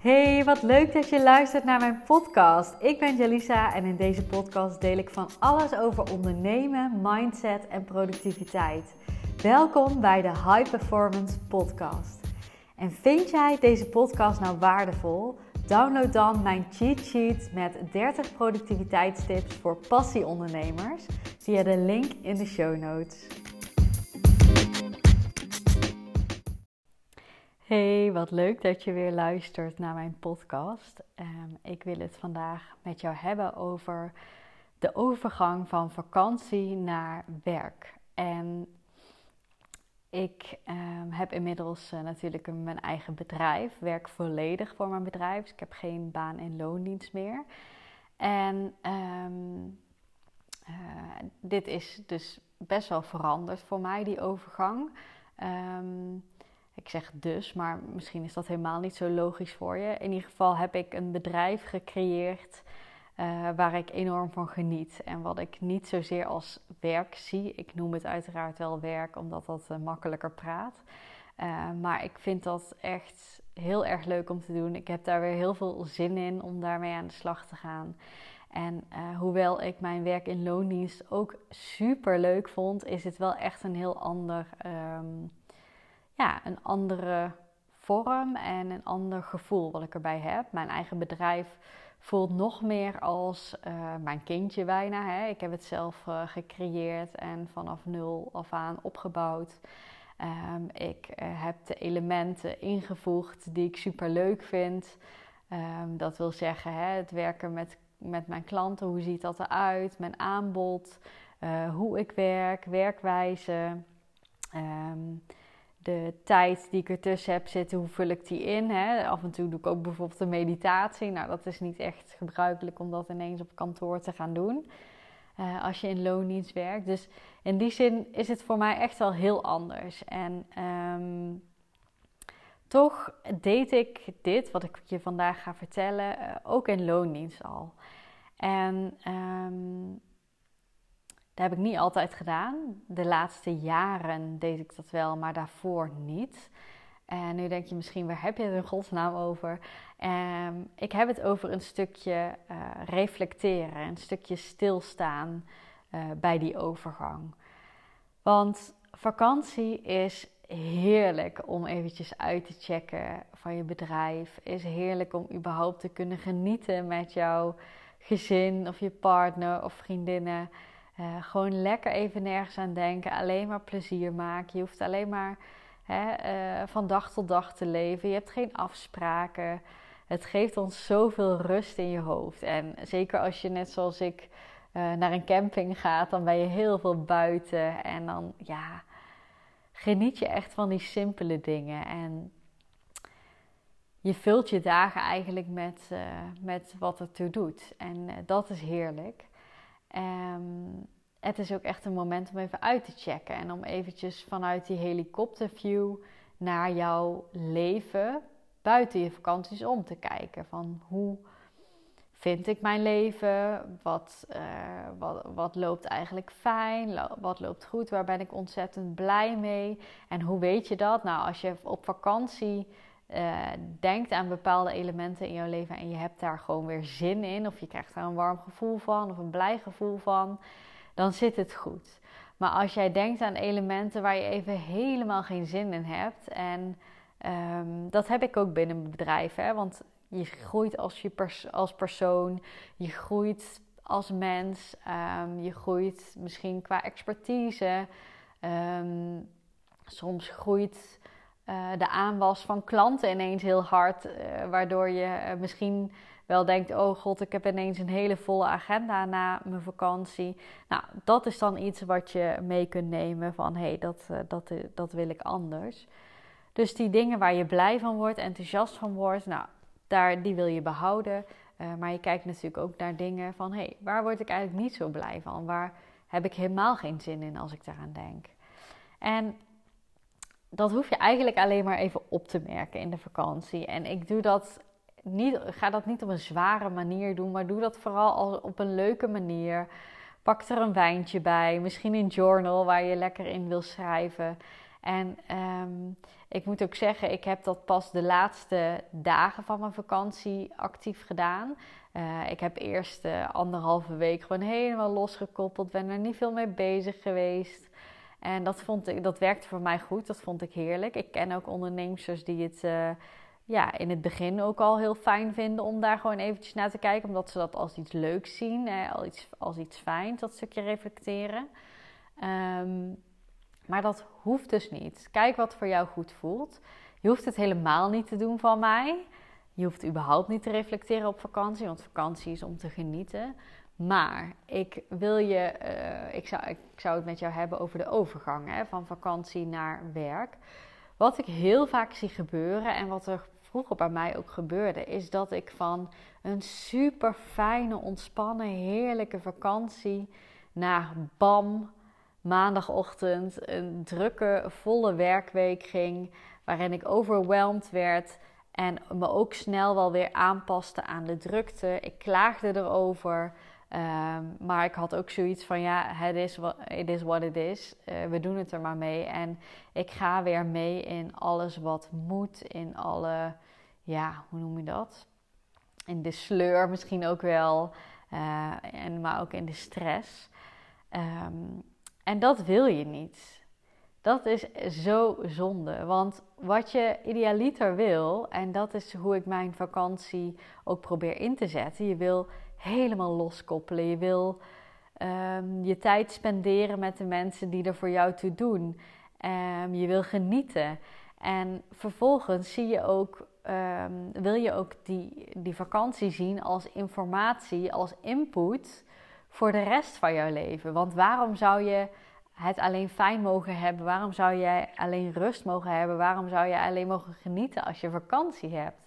Hey, wat leuk dat je luistert naar mijn podcast. Ik ben Jalisa en in deze podcast deel ik van alles over ondernemen, mindset en productiviteit. Welkom bij de High Performance Podcast. En vind jij deze podcast nou waardevol? Download dan mijn cheat sheet met 30 productiviteitstips voor passieondernemers via de link in de show notes. Hey, wat leuk dat je weer luistert naar mijn podcast. Ik wil het vandaag met jou hebben over de overgang van vakantie naar werk. En ik heb inmiddels natuurlijk mijn eigen bedrijf, werk volledig voor mijn bedrijf. Dus ik heb geen baan- en loondienst meer. En dit is dus best wel veranderd voor mij, die overgang. Ik zeg dus, maar misschien is dat helemaal niet zo logisch voor je. In ieder geval heb ik een bedrijf gecreëerd waar ik enorm van geniet. En wat ik niet zozeer als werk zie. Ik noem het uiteraard wel werk, omdat dat makkelijker praat. Maar ik vind dat echt heel erg leuk om te doen. Ik heb daar weer heel veel zin in om daarmee aan de slag te gaan. En hoewel ik mijn werk in loondienst ook super leuk vond, is het wel echt een heel ander... een andere vorm en een ander gevoel wat ik erbij heb. Mijn eigen bedrijf voelt nog meer als mijn kindje bijna. Hè. Ik heb het zelf gecreëerd en vanaf nul af aan opgebouwd. Ik heb de elementen ingevoegd die ik super leuk vind. Dat wil zeggen, het werken met mijn klanten. Hoe ziet dat eruit? Mijn aanbod, hoe ik werk, werkwijze... De tijd die ik ertussen heb zitten, hoe vul ik die in? Hè? Af en toe doe ik ook bijvoorbeeld een meditatie. Nou, dat is niet echt gebruikelijk om dat ineens op kantoor te gaan doen. Als je in loondienst werkt. Dus in die zin is het voor mij echt wel heel anders. En toch deed ik dit, wat ik je vandaag ga vertellen, ook in loondienst al. En... dat heb ik niet altijd gedaan. De laatste jaren deed ik dat wel, maar daarvoor niet. En nu denk je misschien, waar heb je het in godsnaam over? Ik heb het over een stukje reflecteren, een stukje stilstaan bij die overgang. Want vakantie is heerlijk om eventjes uit te checken van je bedrijf. Is heerlijk om überhaupt te kunnen genieten met jouw gezin of je partner of vriendinnen. Gewoon lekker even nergens aan denken. Alleen maar plezier maken. Je hoeft alleen maar van dag tot dag te leven. Je hebt geen afspraken. Het geeft ons zoveel rust in je hoofd. En zeker als je net zoals ik naar een camping gaat. Dan ben je heel veel buiten. En dan geniet je echt van die simpele dingen. En je vult je dagen eigenlijk met wat ertoe doet. En dat is heerlijk. Het is ook echt een moment om even uit te checken. En om eventjes vanuit die helikopterview naar jouw leven buiten je vakanties om te kijken. Van hoe vind ik mijn leven? Wat loopt eigenlijk fijn? Wat loopt goed? Waar ben ik ontzettend blij mee? En hoe weet je dat? Nou, als je op vakantie... denkt aan bepaalde elementen in jouw leven en je hebt daar gewoon weer zin in, of je krijgt daar een warm gevoel van of een blij gevoel van, dan zit het goed. Maar als jij denkt aan elementen waar je even helemaal geen zin in hebt, en dat heb ik ook binnen mijn bedrijf, want je groeit als persoon, je groeit als mens, je groeit misschien qua expertise, soms groeit de aanwas van klanten ineens heel hard, waardoor je misschien wel denkt, oh god, ik heb ineens een hele volle agenda na mijn vakantie. Nou, dat is dan iets wat je mee kunt nemen van, dat wil ik anders. Dus die dingen waar je blij van wordt, enthousiast van wordt, nou, die wil je behouden. Maar je kijkt natuurlijk ook naar dingen van, waar word ik eigenlijk niet zo blij van? Waar heb ik helemaal geen zin in als ik daaraan denk? En dat hoef je eigenlijk alleen maar even op te merken in de vakantie. En ik doe dat niet, ga dat niet op een zware manier doen, maar doe dat vooral op een leuke manier. Pak er een wijntje bij, misschien een journal waar je lekker in wil schrijven. En ik moet ook zeggen, ik heb dat pas de laatste dagen van mijn vakantie actief gedaan. Ik heb eerst 1,5 week gewoon helemaal losgekoppeld, ben er niet veel mee bezig geweest. En dat werkte voor mij goed, dat vond ik heerlijk. Ik ken ook ondernemers die het in het begin ook al heel fijn vinden om daar gewoon eventjes naar te kijken. Omdat ze dat als iets leuks zien, als iets fijns, dat stukje reflecteren. Maar dat hoeft dus niet. Kijk wat voor jou goed voelt. Je hoeft het helemaal niet te doen van mij. Je hoeft überhaupt niet te reflecteren op vakantie, want vakantie is om te genieten. Maar ik zou het met jou hebben over de overgang van vakantie naar werk. Wat ik heel vaak zie gebeuren en wat er vroeger bij mij ook gebeurde, is dat ik van een super fijne, ontspannen, heerlijke vakantie naar bam, maandagochtend een drukke, volle werkweek ging, waarin ik overweldigd werd en me ook snel wel weer aanpaste aan de drukte. Ik klaagde erover, maar ik had ook zoiets van it is what it is. We doen het er maar mee en ik ga weer mee in alles wat moet, in alle, hoe noem je dat? In de sleur misschien ook wel, maar ook in de stress. En dat wil je niet. Dat is zo zonde. Want wat je idealiter wil, en dat is hoe ik mijn vakantie ook probeer in te zetten. Je wil helemaal loskoppelen. Je wil je tijd spenderen met de mensen die er voor jou toe doen. Je wil genieten. En vervolgens wil je ook die vakantie zien als informatie, als input voor de rest van jouw leven. Want waarom zou je het alleen fijn mogen hebben? Waarom zou jij alleen rust mogen hebben? Waarom zou je alleen mogen genieten als je vakantie hebt?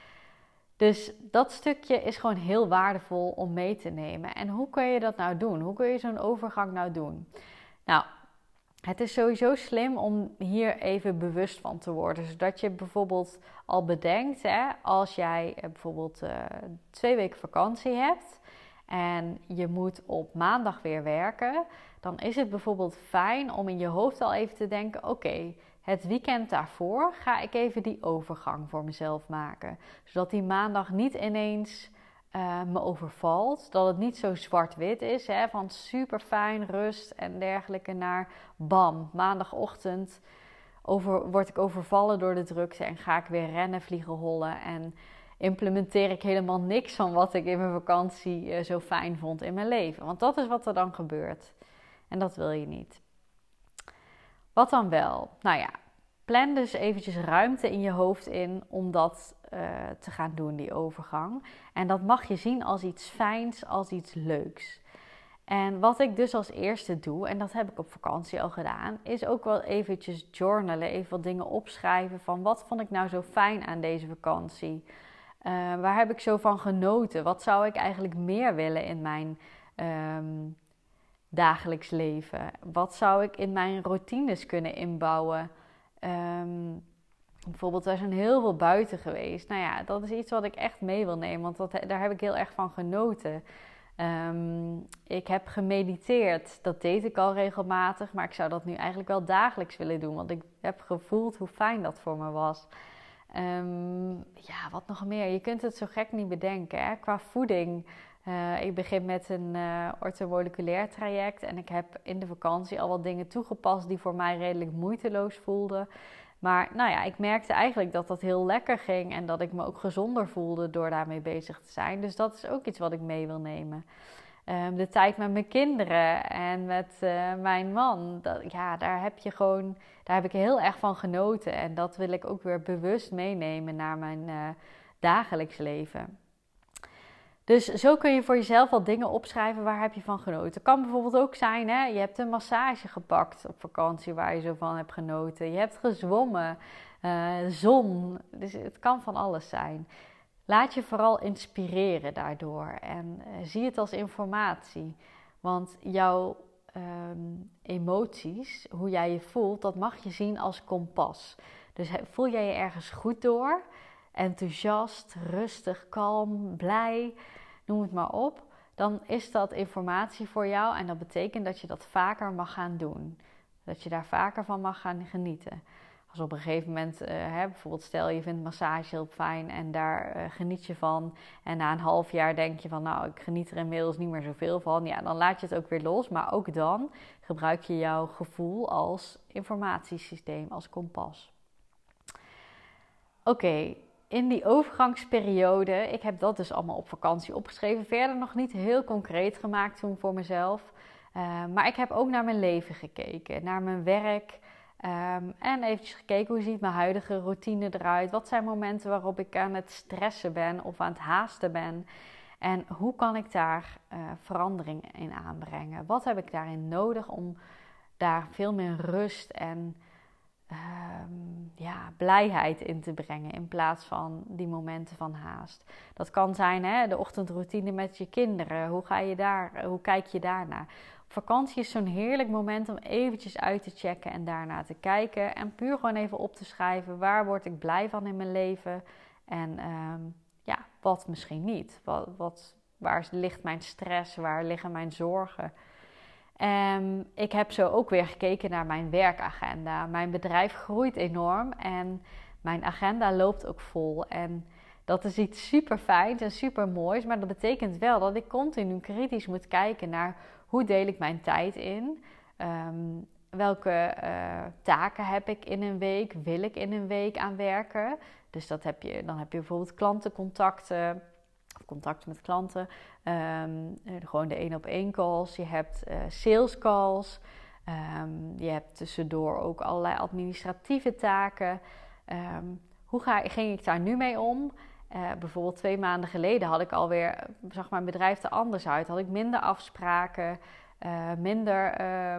Dus dat stukje is gewoon heel waardevol om mee te nemen. En hoe kun je dat nou doen? Hoe kun je zo'n overgang nou doen? Nou, het is sowieso slim om hier even bewust van te worden. Zodat je bijvoorbeeld al bedenkt, als jij bijvoorbeeld 2 weken vakantie hebt en je moet op maandag weer werken, dan is het bijvoorbeeld fijn om in je hoofd al even te denken, oké, het weekend daarvoor ga ik even die overgang voor mezelf maken. Zodat die maandag niet ineens me overvalt. Dat het niet zo zwart-wit is, van super fijn, rust en dergelijke naar bam, maandagochtend word ik overvallen door de drukte en ga ik weer rennen, vliegen, hollen en implementeer ik helemaal niks van wat ik in mijn vakantie zo fijn vond in mijn leven. Want dat is wat er dan gebeurt. En dat wil je niet. Wat dan wel? Nou ja, plan dus eventjes ruimte in je hoofd in om dat te gaan doen, die overgang. En dat mag je zien als iets fijns, als iets leuks. En wat ik dus als eerste doe, en dat heb ik op vakantie al gedaan, is ook wel eventjes journalen, even wat dingen opschrijven van wat vond ik nou zo fijn aan deze vakantie? Waar heb ik zo van genoten? Wat zou ik eigenlijk meer willen in mijn dagelijks leven? Wat zou ik in mijn routines kunnen inbouwen? Bijvoorbeeld, wij zijn heel veel buiten geweest. Nou ja, dat is iets wat ik echt mee wil nemen, want daar heb ik heel erg van genoten. Ik heb gemediteerd, dat deed ik al regelmatig, maar ik zou dat nu eigenlijk wel dagelijks willen doen, want ik heb gevoeld hoe fijn dat voor me was. Wat nog meer? Je kunt het zo gek niet bedenken, qua voeding. Ik begin met een orthomoleculair traject en ik heb in de vakantie al wat dingen toegepast die voor mij redelijk moeiteloos voelden. Maar ik merkte eigenlijk dat dat heel lekker ging en dat ik me ook gezonder voelde door daarmee bezig te zijn. Dus dat is ook iets wat ik mee wil nemen. De tijd met mijn kinderen en met mijn man, daar heb ik heel erg van genoten. En dat wil ik ook weer bewust meenemen naar mijn dagelijks leven. Dus zo kun je voor jezelf wat dingen opschrijven, waar heb je van genoten. Het kan bijvoorbeeld ook zijn, je hebt een massage gepakt op vakantie waar je zo van hebt genoten. Je hebt gezwommen, zon, dus het kan van alles zijn. Laat je vooral inspireren daardoor en zie het als informatie. Want jouw emoties, hoe jij je voelt, dat mag je zien als kompas. Dus voel jij je ergens goed door, enthousiast, rustig, kalm, blij, noem het maar op, dan is dat informatie voor jou en dat betekent dat je dat vaker mag gaan doen. Dat je daar vaker van mag gaan genieten. Als op een gegeven moment, bijvoorbeeld stel je vindt massage heel fijn en daar geniet je van. En na een half jaar denk je van nou, ik geniet er inmiddels niet meer zoveel van. Ja, dan laat je het ook weer los. Maar ook dan gebruik je jouw gevoel als informatiesysteem, als kompas. Oké, in die overgangsperiode, ik heb dat dus allemaal op vakantie opgeschreven. Verder nog niet heel concreet gemaakt toen voor mezelf. Maar ik heb ook naar mijn leven gekeken, naar mijn werk. En eventjes gekeken hoe ziet mijn huidige routine eruit. Wat zijn momenten waarop ik aan het stressen ben of aan het haasten ben. En hoe kan ik daar verandering in aanbrengen? Wat heb ik daarin nodig om daar veel meer rust en blijheid in te brengen in plaats van die momenten van haast. Dat kan zijn de ochtendroutine met je kinderen. Hoe kijk je daarnaar? Op vakantie is zo'n heerlijk moment om eventjes uit te checken en daarna te kijken. En puur gewoon even op te schrijven, waar word ik blij van in mijn leven? En wat misschien niet. Waar ligt mijn stress? Waar liggen mijn zorgen? Ik heb zo ook weer gekeken naar mijn werkagenda. Mijn bedrijf groeit enorm en mijn agenda loopt ook vol. En dat is iets super fijns en super moois. Maar dat betekent wel dat ik continu kritisch moet kijken naar hoe deel ik mijn tijd in. Welke taken heb ik in een week? Wil ik in een week aan werken? Dus dan heb je bijvoorbeeld klantencontacten. Contacten met klanten, gewoon de 1-op-1 calls. Je hebt sales calls. Je hebt tussendoor ook allerlei administratieve taken. Ging ik daar nu mee om? Bijvoorbeeld 2 maanden geleden had ik alweer, zag mijn bedrijf er anders uit. Had ik minder afspraken, minder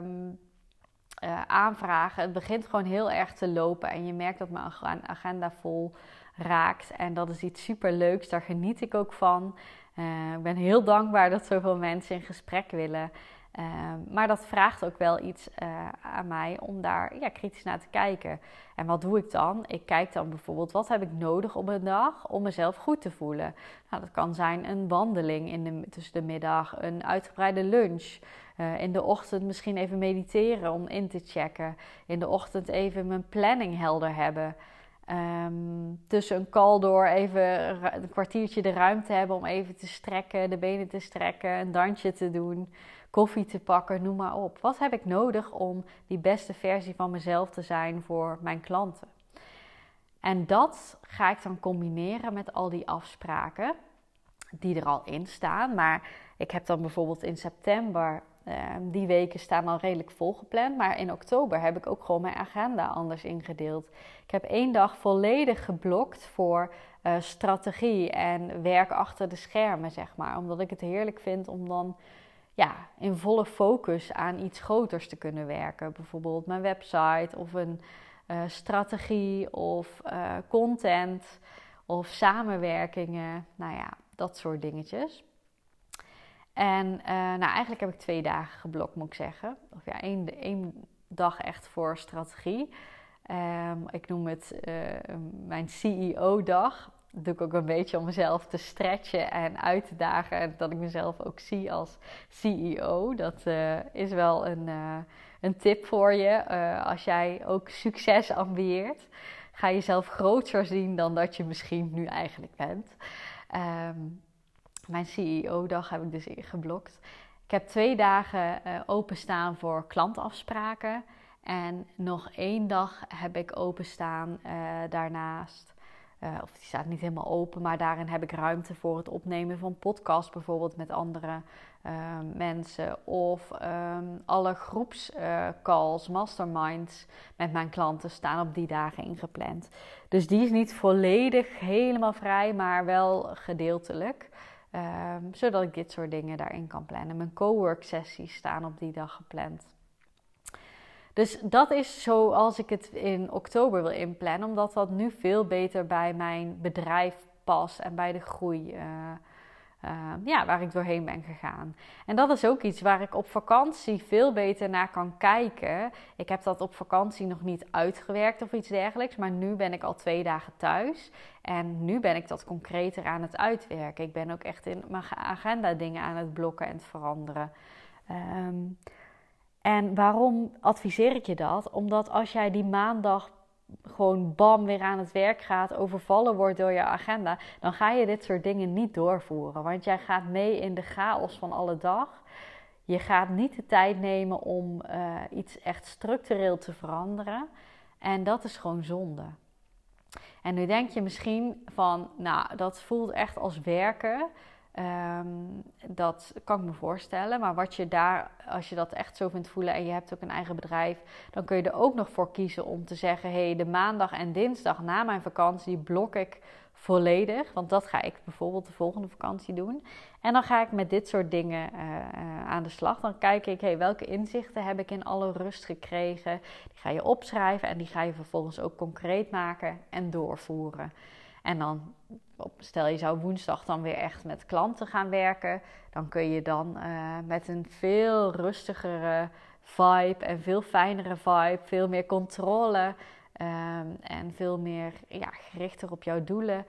aanvragen. Het begint gewoon heel erg te lopen en je merkt dat mijn agenda vol raakt. En dat is iets superleuks, daar geniet ik ook van. Ik ben heel dankbaar dat zoveel mensen in gesprek willen. Maar dat vraagt ook wel iets aan mij om daar kritisch naar te kijken. En wat doe ik dan? Ik kijk dan bijvoorbeeld, wat heb ik nodig op een dag om mezelf goed te voelen? Nou, dat kan zijn een wandeling tussen de middag, een uitgebreide lunch. In de ochtend misschien even mediteren om in te checken. In de ochtend even mijn planning helder hebben. Tussen een call door even een kwartiertje de ruimte hebben om even te strekken, de benen te strekken, een dansje te doen, koffie te pakken, noem maar op. Wat heb ik nodig om die beste versie van mezelf te zijn voor mijn klanten? En dat ga ik dan combineren met al die afspraken die er al in staan. Maar ik heb dan bijvoorbeeld in september, die weken staan al redelijk volgepland. Maar in oktober heb ik ook gewoon mijn agenda anders ingedeeld. Ik heb 1 dag volledig geblokt voor strategie en werk achter de schermen, zeg maar. Omdat ik het heerlijk vind om dan in volle focus aan iets groters te kunnen werken. Bijvoorbeeld mijn website of een strategie of content of samenwerkingen. Nou ja, dat soort dingetjes. En eigenlijk heb ik 2 dagen geblokt, moet ik zeggen. Of 1 dag echt voor strategie. Ik noem het mijn CEO-dag. Dat doe ik ook een beetje om mezelf te stretchen en uit te dagen. En dat ik mezelf ook zie als CEO. Dat is wel een tip voor je. Als jij ook succes ambieert, ga jezelf groter zien dan dat je misschien nu eigenlijk bent. Mijn CEO-dag heb ik dus geblokt. Ik heb 2 dagen openstaan voor klantafspraken. En nog 1 dag heb ik openstaan daarnaast. Of die staat niet helemaal open, maar daarin heb ik ruimte voor het opnemen van podcasts bijvoorbeeld met andere mensen. Of alle groepscalls, masterminds met mijn klanten staan op die dagen ingepland. Dus die is niet volledig helemaal vrij, maar wel gedeeltelijk. Zodat ik dit soort dingen daarin kan plannen. Mijn cowork sessies staan op die dag gepland. Dus dat is zoals ik het in oktober wil inplannen. Omdat dat nu veel beter bij mijn bedrijf past en bij de groei waar ik doorheen ben gegaan. En dat is ook iets waar ik op vakantie veel beter naar kan kijken. Ik heb dat op vakantie nog niet uitgewerkt of iets dergelijks. Maar nu ben ik al 2 dagen thuis. En nu ben ik dat concreter aan het uitwerken. Ik ben ook echt in mijn agenda dingen aan het blokken en het veranderen. En waarom adviseer ik je dat? Omdat als jij die maandag gewoon bam weer aan het werk gaat, overvallen wordt door je agenda, dan ga je dit soort dingen niet doorvoeren. Want jij gaat mee in de chaos van alle dag. Je gaat niet de tijd nemen om iets echt structureel te veranderen. En dat is gewoon zonde. En nu denk je misschien van, nou, dat voelt echt als werken. Dat kan ik me voorstellen. Maar als je dat echt zo vindt voelen en je hebt ook een eigen bedrijf, dan kun je er ook nog voor kiezen om te zeggen, hey, de maandag en dinsdag na mijn vakantie blok ik volledig. Want dat ga ik bijvoorbeeld de volgende vakantie doen. En dan ga ik met dit soort dingen aan de slag. Dan kijk ik, hey, welke inzichten heb ik in alle rust gekregen? Die ga je opschrijven en die ga je vervolgens ook concreet maken en doorvoeren. En dan, stel je zou woensdag dan weer echt met klanten gaan werken, dan kun je dan met een veel rustigere vibe en veel fijnere vibe, veel meer controle en veel meer gerichter op jouw doelen,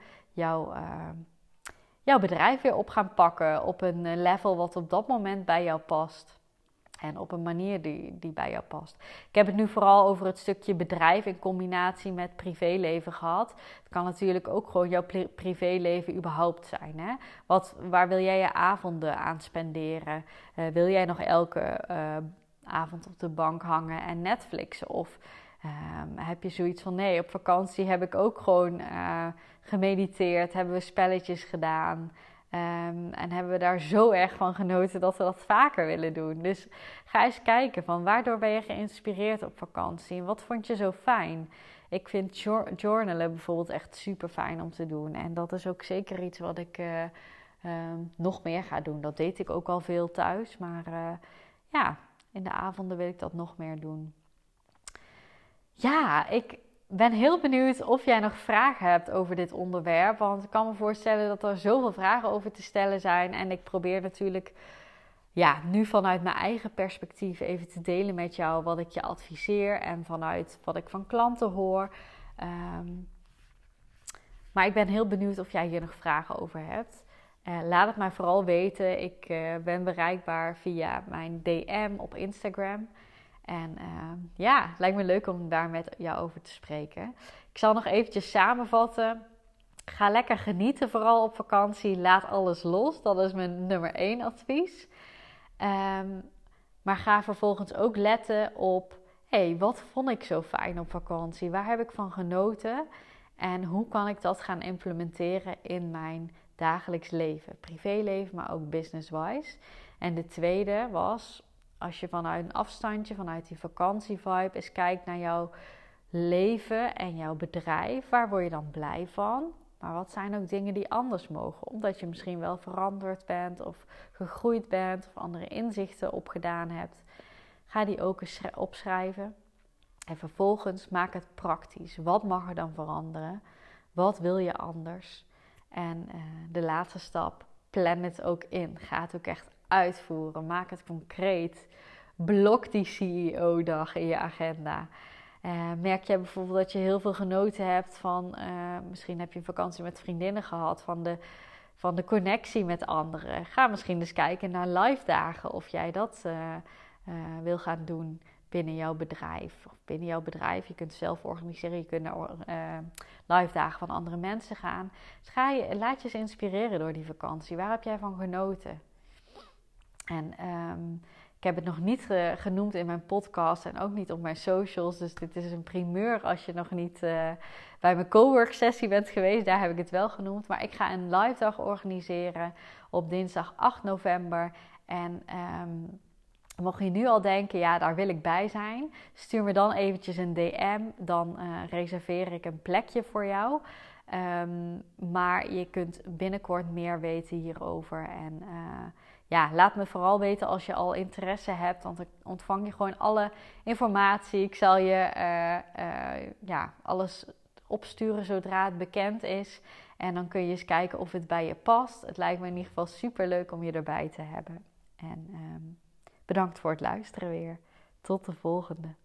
jouw bedrijf weer op gaan pakken op een level wat op dat moment bij jou past. En op een manier die bij jou past. Ik heb het nu vooral over het stukje bedrijf in combinatie met privéleven gehad. Het kan natuurlijk ook gewoon jouw privéleven überhaupt zijn. Hè? Waar wil jij je avonden aan spenderen? Wil jij nog elke avond op de bank hangen en Netflixen? Of heb je zoiets van, nee, op vakantie heb ik ook gewoon gemediteerd. Hebben we spelletjes gedaan. En hebben we daar zo erg van genoten dat we dat vaker willen doen. Dus ga eens kijken van waardoor ben je geïnspireerd op vakantie? En wat vond je zo fijn? Ik vind journalen bijvoorbeeld echt super fijn om te doen. En dat is ook zeker iets wat ik nog meer ga doen. Dat deed ik ook al veel thuis. Maar in de avonden wil ik dat nog meer doen. Ja, ik ben heel benieuwd of jij nog vragen hebt over dit onderwerp. Want ik kan me voorstellen dat er zoveel vragen over te stellen zijn. En ik probeer natuurlijk nu vanuit mijn eigen perspectief even te delen met jou wat ik je adviseer. En vanuit wat ik van klanten hoor. Maar ik ben heel benieuwd of jij hier nog vragen over hebt. Laat het mij vooral weten. Ik ben bereikbaar via mijn DM op Instagram. En het lijkt me leuk om daar met jou over te spreken. Ik zal nog eventjes samenvatten. Ga lekker genieten, vooral op vakantie. Laat alles los. Dat is mijn nummer 1 advies. Maar ga vervolgens ook letten op, wat vond ik zo fijn op vakantie? Waar heb ik van genoten? En hoe kan ik dat gaan implementeren in mijn dagelijks leven? Privéleven, maar ook business-wise. En de tweede was, als je vanuit een afstandje, vanuit die vakantievibe eens kijkt naar jouw leven en jouw bedrijf. Waar word je dan blij van? Maar wat zijn ook dingen die anders mogen? Omdat je misschien wel veranderd bent of gegroeid bent of andere inzichten opgedaan hebt. Ga die ook eens opschrijven. En vervolgens maak het praktisch. Wat mag er dan veranderen? Wat wil je anders? En de laatste stap, plan het ook in. Ga het ook echt uitvoeren. Maak het concreet. Blok die CEO-dag in je agenda. Merk jij bijvoorbeeld dat je heel veel genoten hebt van, misschien heb je een vakantie met vriendinnen gehad, van de connectie met anderen. Ga misschien eens kijken naar live dagen of jij dat wil gaan doen binnen jouw bedrijf. Of binnen jouw bedrijf, je kunt zelf organiseren, je kunt naar live dagen van andere mensen gaan. Dus laat je eens inspireren door die vakantie. Waar heb jij van genoten? En ik heb het nog niet genoemd in mijn podcast en ook niet op mijn socials. Dus dit is een primeur als je nog niet bij mijn cowork sessie bent geweest. Daar heb ik het wel genoemd. Maar ik ga een live dag organiseren op dinsdag 8 november. En mocht je nu al denken, ja, daar wil ik bij zijn, stuur me dan eventjes een DM. Dan reserveer ik een plekje voor jou. Maar je kunt binnenkort meer weten hierover. En laat me vooral weten als je al interesse hebt. Want ik ontvang je gewoon alle informatie. Ik zal je alles opsturen zodra het bekend is. En dan kun je eens kijken of het bij je past. Het lijkt me in ieder geval super leuk om je erbij te hebben. En bedankt voor het luisteren weer. Tot de volgende.